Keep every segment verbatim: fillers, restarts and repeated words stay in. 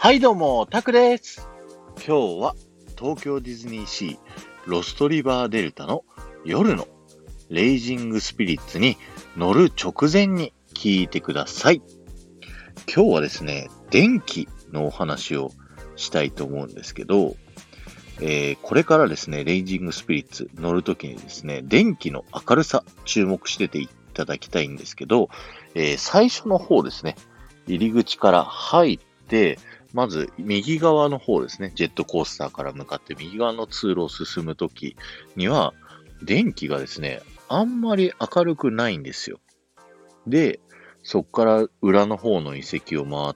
はいどうも、タクです。今日は東京ディズニーシーロストリバーデルタの夜のレイジングスピリッツに乗る直前に聞いてください。今日はですね、電気のお話をしたいと思うんですけど、えー、これからですね、レイジングスピリッツ乗るときにですね、電気の明るさ注目してていただきたいんですけど、えー、最初の方ですね、入り口から入って、まず右側の方ですね、ジェットコースターから向かって右側の通路を進むときには、電気がですね、あんまり明るくないんですよ。で、そこから裏の方の遺跡を回って、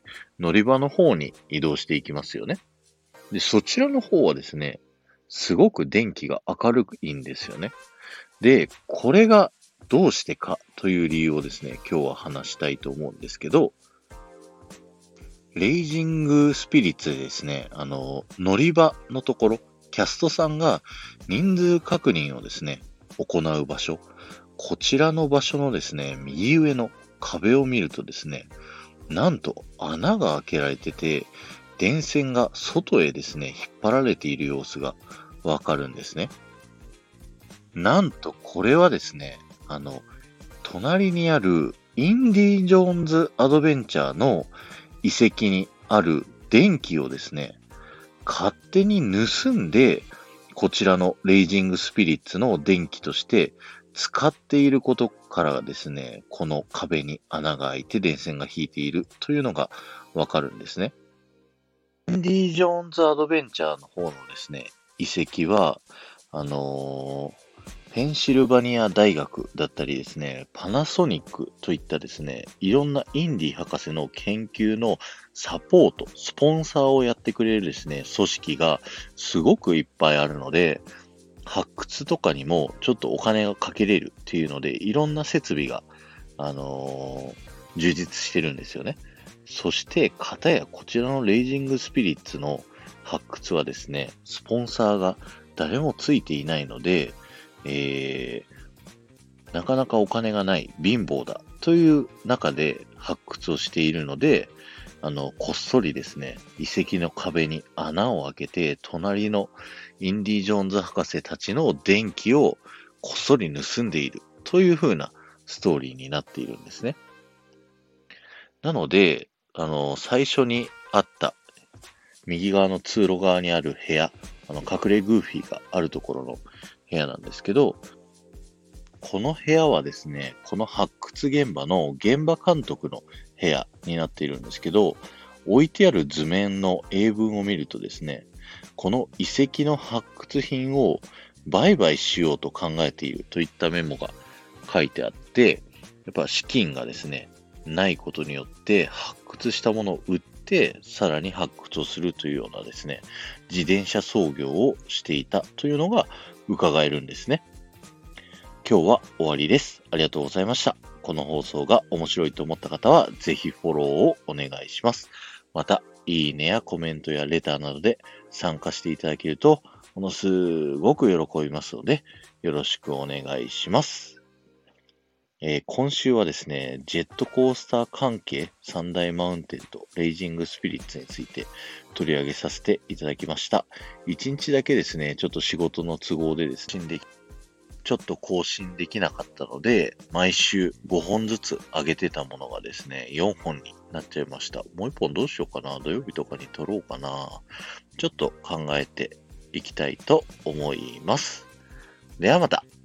乗り場の方に移動していきますよね。で、そちらの方はですね、すごく電気が明るいんですよね。で、これがどうしてかという理由をですね、今日は話したいと思うんですけど、レイジングスピリッツでですね、あの、乗り場のところ、キャストさんが人数確認をですね、行う場所、こちらの場所のですね、右上の壁を見るとですね、なんと穴が開けられてて、電線が外へですね、引っ張られている様子がわかるんですね。なんとこれはですね、あの、隣にあるインディ・ジョーンズ・アドベンチャーの遺跡にある電気をですね、勝手に盗んで、こちらのレイジングスピリッツの電気として使っていることからですね、この壁に穴が開いて電線が引いているというのがわかるんですね。インディ・ジョーンズ・アドベンチャーの方のですね、遺跡は、あのーペンシルバニア大学だったりですね、パナソニックといったですね、いろんなインディ博士の研究のサポート、スポンサーをやってくれるですね、組織がすごくいっぱいあるので、発掘とかにもちょっとお金がかけれるっていうので、いろんな設備が、あのー充実してるんですよね。そして、かたやこちらのレイジングスピリッツの発掘はですね、スポンサーが誰もついていないので、えー、なかなかお金がない貧乏だという中で発掘をしているので、あの、こっそりですね、遺跡の壁に穴を開けて、隣のインディ・ジョーンズ博士たちの電気をこっそり盗んでいるという風なストーリーになっているんですね。なので、あの、最初にあった右側の通路側にある部屋、あの、隠れグーフィーがあるところの部屋なんですけど、この部屋はですね、この発掘現場の現場監督の部屋になっているんですけど、置いてある図面の英文を見るとですね、この遺跡の発掘品を売買しようと考えているといったメモが書いてあって、やっぱ資金がですね、ないことによって発掘したものを売ってさらに発掘をするというようなですね、自転車操業をしていたというのが伺えるんですね。今日は終わりです。ありがとうございました。この放送が面白いと思った方は、ぜひフォローをお願いします。また、いいねやコメントやレターなどで参加していただけると、ものすごく喜びますので、よろしくお願いします。えー今週はですね、ジェットコースター関係三大マウンテンとレイジングスピリッツについて取り上げさせていただきました。一日だけですね、ちょっと仕事の都合でですね、ちょっと更新できなかったので、毎週ごほんずつ上げてたものがですね、よんほんになっちゃいました。もういっぽんどうしようかな。土曜日とかに撮ろうかな。ちょっと考えていきたいと思います。ではまた。